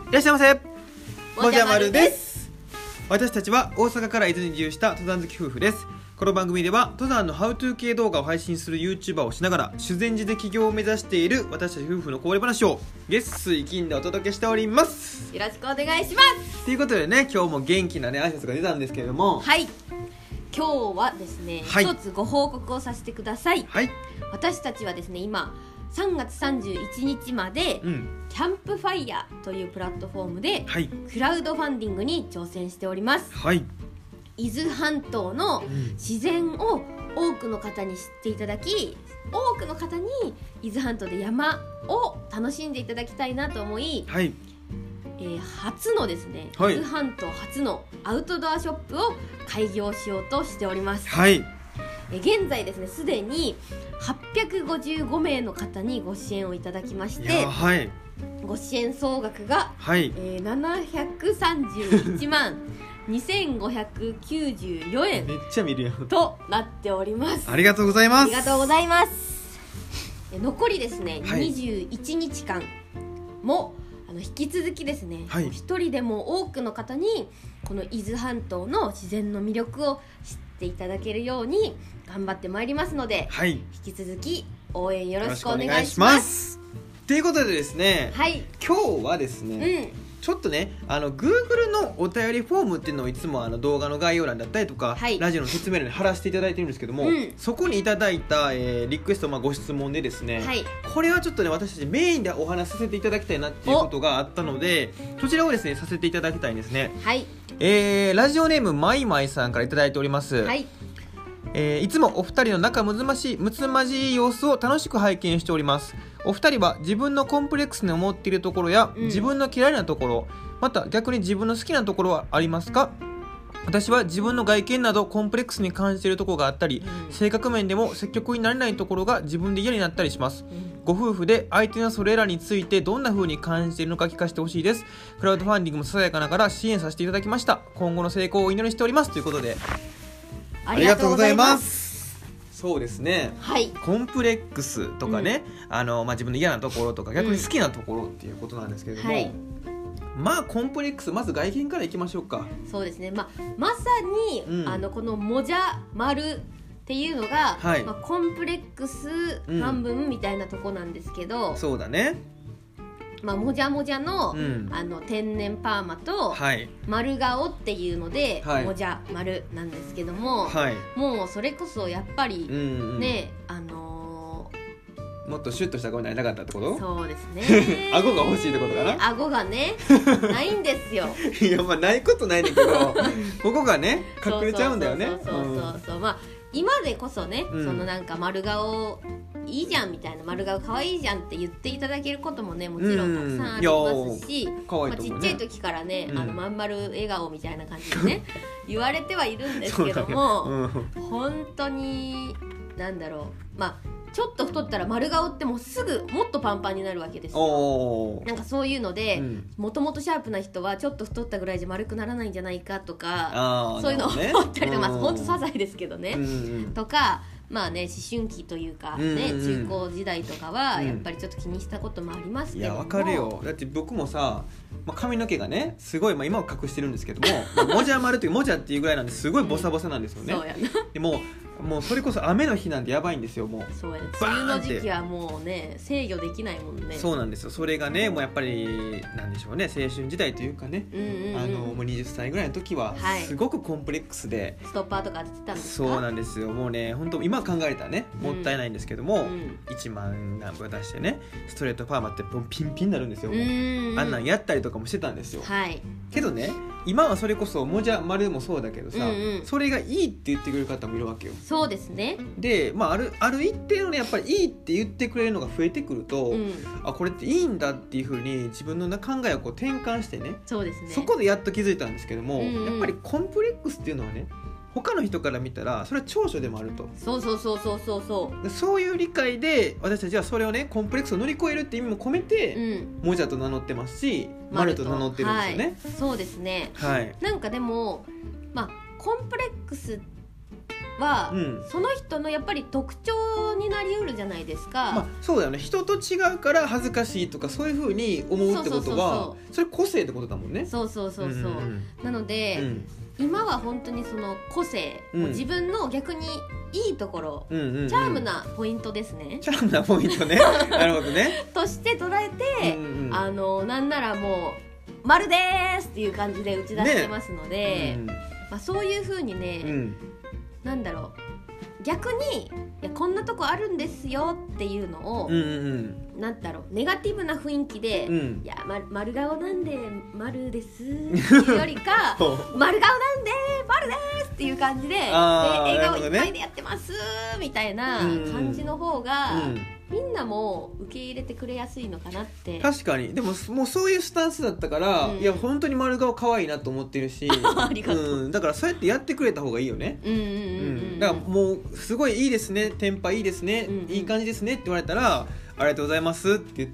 いらっしゃいませ。 もじゃまるです。 私たちは大阪から伊豆に移住した登山好き夫婦です。この番組では登山のハウトゥー系動画を配信する YouTuber をしながら修善寺で起業を目指している私たち夫婦のこぼれ話を月水金でお届けしております。 よろしくお願いします。 ということでね、今日も元気なね挨拶が出たんですけれども、 はい、今日はですね、 はい、 一つご報告をさせてください。 はい、 私たちはですね、今3月31日まで、キャンプファイヤーというプラットフォームで、 はい、 クラウドファンディングに挑戦しております。 はい、 伊豆半島の自然を多くの方に知っていただき、多くの方に伊豆半島で山を楽しんでいただきたいなと思い、 はい、 初のですね、 はい、 伊豆半島初のアウトドアショップを開業しようとしております。 はい、 現在ですね、すでに855名の方にご支援をいただきまして、 はい、 ご支援総額が、 はい、 731万2594円めっちゃ見るやんとなっております。 ありがとうございます。 ありがとうございます。残りですね、 はい、 21日間も引き続きですね、 はい、 一人でも多くの方にこの伊豆半島の自然の魅力を知っていただけるように頑張ってまいりますので、 はい、 引き続き応援よろしくお願いします。 ということでですね、 はい、 今日はですね、ちょっとねGoogle のお便りフォームっていうのをいつも動画の概要欄だったりとか、 はい、 ラジオの説明欄に貼らせていただいてるんですけども、そこにいただいた、リクエスト、ご質問でですね、 はい、 これはちょっとね私たちメインでお話しさせていただきたいなっていうことがあったので、そちらをですねさせていただきたいんですね。 はい、 ラジオネームまいまいさんからいただいております。 はい、 いつもお二人の仲むつまじい様子を楽しく拝見しております。お二人は自分のコンプレックスに思っているところや、自分の嫌いなところ、また逆に自分の好きなところはありますか？私は自分の外見などコンプレックスに感じているところがあったり、性格面でも積極になれないところが自分で嫌になったりします。ご夫婦で相手のそれらについてどんな風に感じているのか聞かせてほしいです。クラウドファンディングもささやかながら支援させていただきました。今後の成功をお祈りしておりますということで、 ありがとうございます。 そうですね、 はい、 コンプレックスとかね、自分の嫌なところとか逆に好きなところっていうことなんですけれども、はい、コンプレックスまず外見からいきましょうか。 そうですね、まさに、このもじゃまるっていうのが、はい、コンプレックス半分みたいなとこなんですけど、 そうだね、 もじゃもじゃの、天然パーマと、はい、丸顔っていうので、はい、もじゃ丸なんですけども、はい、もうそれこそやっぱり、ね、 もっとシュッとした顔になりたかったってこと？ そうですね顎が欲しいってことかな。 顎がねないんですよいやないことないねんだけどここがね隠れちゃうんだよね。 今でこそね、そのなんか丸顔いいじゃんみたいな、丸顔可愛いじゃんって言っていただけることもねもちろんたくさんありますし、ちっちゃい時からね、まん丸笑顔みたいな感じでね言われてはいるんですけども、本当になんだろう、ちょっと太ったら丸顔ってもうすぐもっとパンパンになるわけですよ。なんかそういうので、もともとシャープな人はちょっと太ったぐらいじゃ丸くならないんじゃないかとか、そういうのを思ったりとか、ほんと些細ですけどね、とか思春期というかね、中高時代とかはやっぱりちょっと気にしたこともありますけども、いやわかるよ。だって僕もさ、髪の毛がねすごい、今は隠してるんですけどももじゃ丸というもじゃっていうぐらいなんですごいボサボサなんですよね。 そうやな。 でもうそれこそ雨の日なんてやばいんですよ。もうそうやね、梅雨の時期はもうね制御できないもんね。 そうなんですよ。それがねもうやっぱりなんでしょうね、青春時代というかね、もう20歳ぐらいの時はすごくコンプレックスで、 ストッパーとか当ててたんですか？ そうなんですよ。もうね本当今考えたらねもったいないんですけども、1万何分出してねストレートパーマってピンピンになるんですよ。あんなんやったりとかもしてたんですよ。けどね今はそれこそもじゃ丸もそうだけどさ、それがいいって言ってくれる方もいるわけよ。 そうですね。 で、ある一定のねやっぱりいいって言ってくれるのが増えてくると、これっていいんだっていう風に自分の考えをこう転換してね、 そうですね、 そこでやっと気づいたんですけども、やっぱりコンプレックスっていうのはね他の人から見たらそれは長所でもあると。そういう理解で私たちはそれをねコンプレックスを乗り越えるって意味も込めて、もじゃと名乗ってますし丸と名乗ってるんですよね。 そうですね、なんかでもコンプレックスは、その人のやっぱり特徴になりうるじゃないですか。 そうだよね。人と違うから恥ずかしいとかそういう風に思うってことはそれ個性ってことだもんね。 そう、なので、今は本当にその個性、自分の逆にいいところ、チャームなポイントですね。 チャームなポイントね。なるほどね。 として捉えて、なんならもう丸でーすっていう感じで打ち出してますので、そういう風にね、なんだろう、逆にいやこんなとこあるんですよっていうのを、なんだろう、ネガティブな雰囲気で、いや、丸顔なんで丸ですっていうよりか丸顔なんで丸ですっていう感じで、笑顔いっぱいでやってますみたいな感じの方が、みんなも受け入れてくれやすいのかなって。 確かに。でももうそういうスタンスだったから、いや本当に丸顔可愛いなと思ってるしありがとう、 だからそうやってやってくれた方がいいよね。だからもうすごいいいですね、テンパいいですね、いい感じですねって言われたらありがとうございますって言って、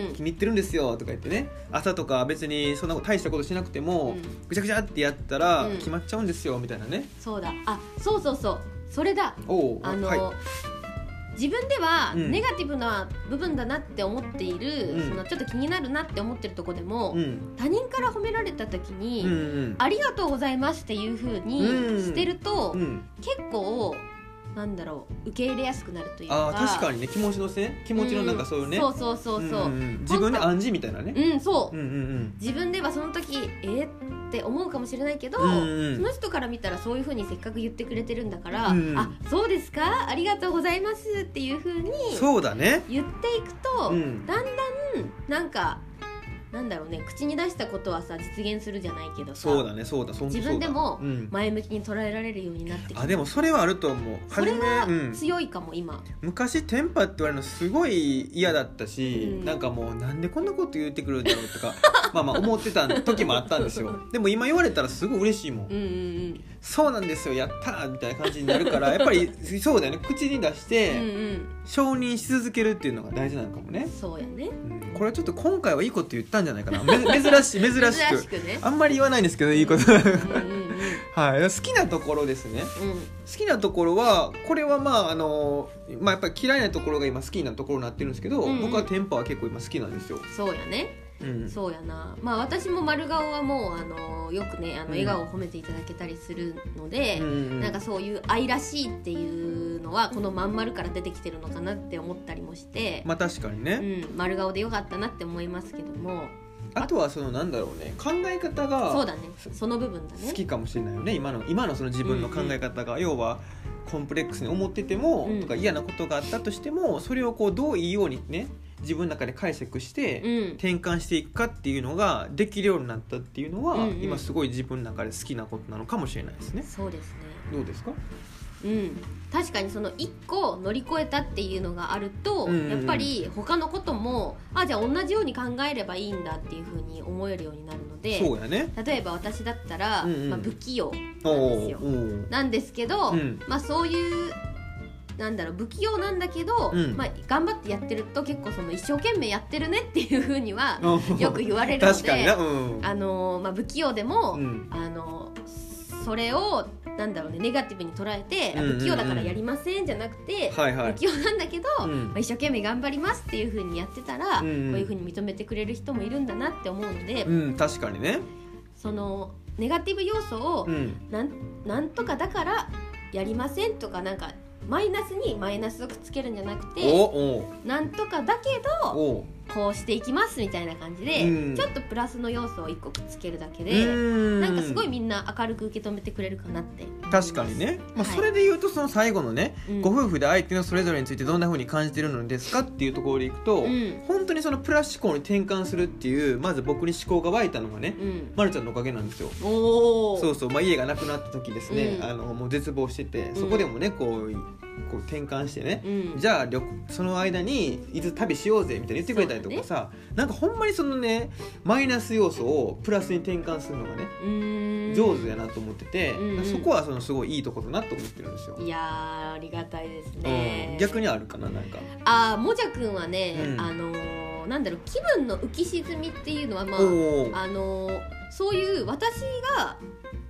気に入ってるんですよとか言ってね、朝とか別にそんな大したことしなくても、ぐちゃぐちゃってやったら決まっちゃうんですよみたいなね。 そうだ、そうそれだ。自分ではネガティブな部分だなって思っている、そのちょっと気になるなって思ってるとこでも、他人から褒められた時に、ありがとうございますっていう風にしてると、結構なんだろう、受け入れやすくなるというか。 確かにね、気持ちのなんかそういうね、 そう、 自分で暗示みたいなね。 自分ではその時って思うかもしれないけど、その人から見たらそういう風にせっかく言ってくれてるんだから、そうですか、ありがとうございますっていう風にそうだね言っていくと、だんだんなんかなんだろうね、口に出したことはさ実現するじゃないけどさ、 そうだ自分でも前向きに捉えられるようになってきて、 でもそれはあると思う。 それは強いかも。今昔テンパって言われるのすごい嫌だったし、なんかもうなんでこんなこと言ってくるんだろうとか思ってた時もあったんですよ。でも今言われたらすごい嬉しいもん。そうなんですよ、やったーみたいな感じになるからやっぱりそうだよね、口に出して承認し続けるっていうのが大事なのかもね。 そうやね。 これはちょっと今回はいいこと言ったんじゃないかな。珍しくね、 あんまり言わないんですけどいいことはい、好きなところですね。好きなところはこれはやっぱり嫌いなところが今好きなところになってるんですけど、僕はテンパは結構今好きなんですよ。 そうやね。そうやな。私も丸顔はもうよくね笑顔を褒めていただけたりするので、なんかそういう愛らしいっていうのはこのまん丸から出てきてるのかなって思ったりもして、 確かにね、 丸顔でよかったなって思いますけども、 あとはそのなんだろうね、考え方がそうだね、その部分だね、 好きかもしれないよね。今のその自分の考え方が、要はコンプレックスに思ってても、とか嫌なことがあったとしても、それをこうどういいようにね自分の中で解釈して転換していくかっていうのができるようになったっていうのは、今すごい自分の中で好きなことなのかもしれないですね。 そうですね。 どうですか？ 確かにその1個乗り越えたっていうのがあると、やっぱり他のこともじゃあ同じように考えればいいんだっていうふうに思えるようになるので、 そうやね。 例えば私だったら、不器用なんですよ。なんですけど、そういうなんだろう、不器用なんだけど、頑張ってやってると結構その一生懸命やってるねっていうふうにはよく言われるので、 確かにな、 不器用でも、それをなんだろうね、ネガティブに捉えて、不器用だからやりませんじゃなくて、不器用なんだけど、一生懸命頑張りますっていう風にやってたら、こういう風に認めてくれる人もいるんだなって思うので、 確かにね、 そのネガティブ要素を、なんとかだからやりませんとか、なんかマイナスにマイナスをくっつけるんじゃなくて、なんとかだけどこうしていきますみたいな感じで、ちょっとプラスの要素を1個くっつけるだけで、なんかすごいみんな明るく受け止めてくれるかなって思います。 確かにね、それで言うとその最後のね、ご夫婦で相手のそれぞれについてどんな風に感じてるのですかっていうところでいくと、本当にそのプラス思考に転換するっていう、まず僕に思考が湧いたのがね、まるちゃんのおかげなんですよ。そうそう、家がなくなった時ですね、もう絶望してて、そこでもねこう転換してね、じゃあその間に伊豆旅しようぜみたいに言ってくれたりとかさ、なんかほんまにそのねマイナス要素をプラスに転換するのがね上手やなと思ってて、そこはそのすごいいいところだなと思ってるんですよ。 いやありがたいですね。 逆にあるかな、なんかもじゃくんはね、なんだろう、気分の浮き沈みっていうのはそういう私が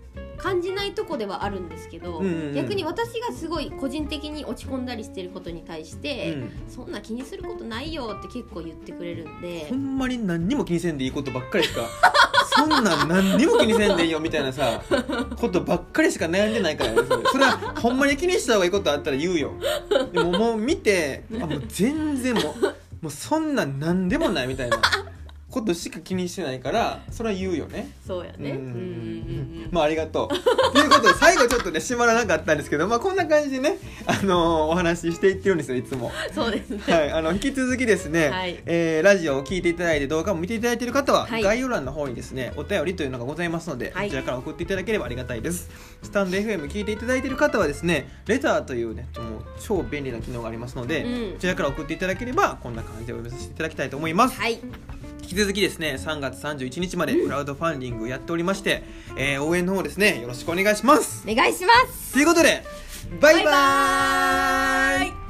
感じないとこではあるんですけど、逆に私がすごい個人的に落ち込んだりしてることに対して、そんな気にすることないよって結構言ってくれるんで、 ほんまに何にも気にせんでいいことばっかりしかそんなん何にも気にせんでいいよみたいなさことばっかりしか悩んでないからね。それはほんまに気にした方がいいことあったら言うよ。でももう見てもう全然もうそんなん何でもないみたいなことしか気にしてないから、それは言うよね。 そうやね。 まあありがとうということで最後ちょっとね締まらなかったんですけど、まあこんな感じでねお話ししていってるんですよいつも。 そうですね。 はい、引き続きですね、はい、ラジオを聞いていただいて動画も見ていただいている方は、はい、概要欄の方にですねお便りというのがございますので、はい、こちらから送っていただければありがたいです。スタンド FM 聞いていただいている方はですねレターというねもう超便利な機能がありますので、こちらから送っていただければこんな感じでお読みさせていただきたいと思います。 はい、 引き続きですね3月31日までクラウドファンディングやっておりまして、応援の方ですねよろしくお願いします。 お願いします。 ということでバイバーイ。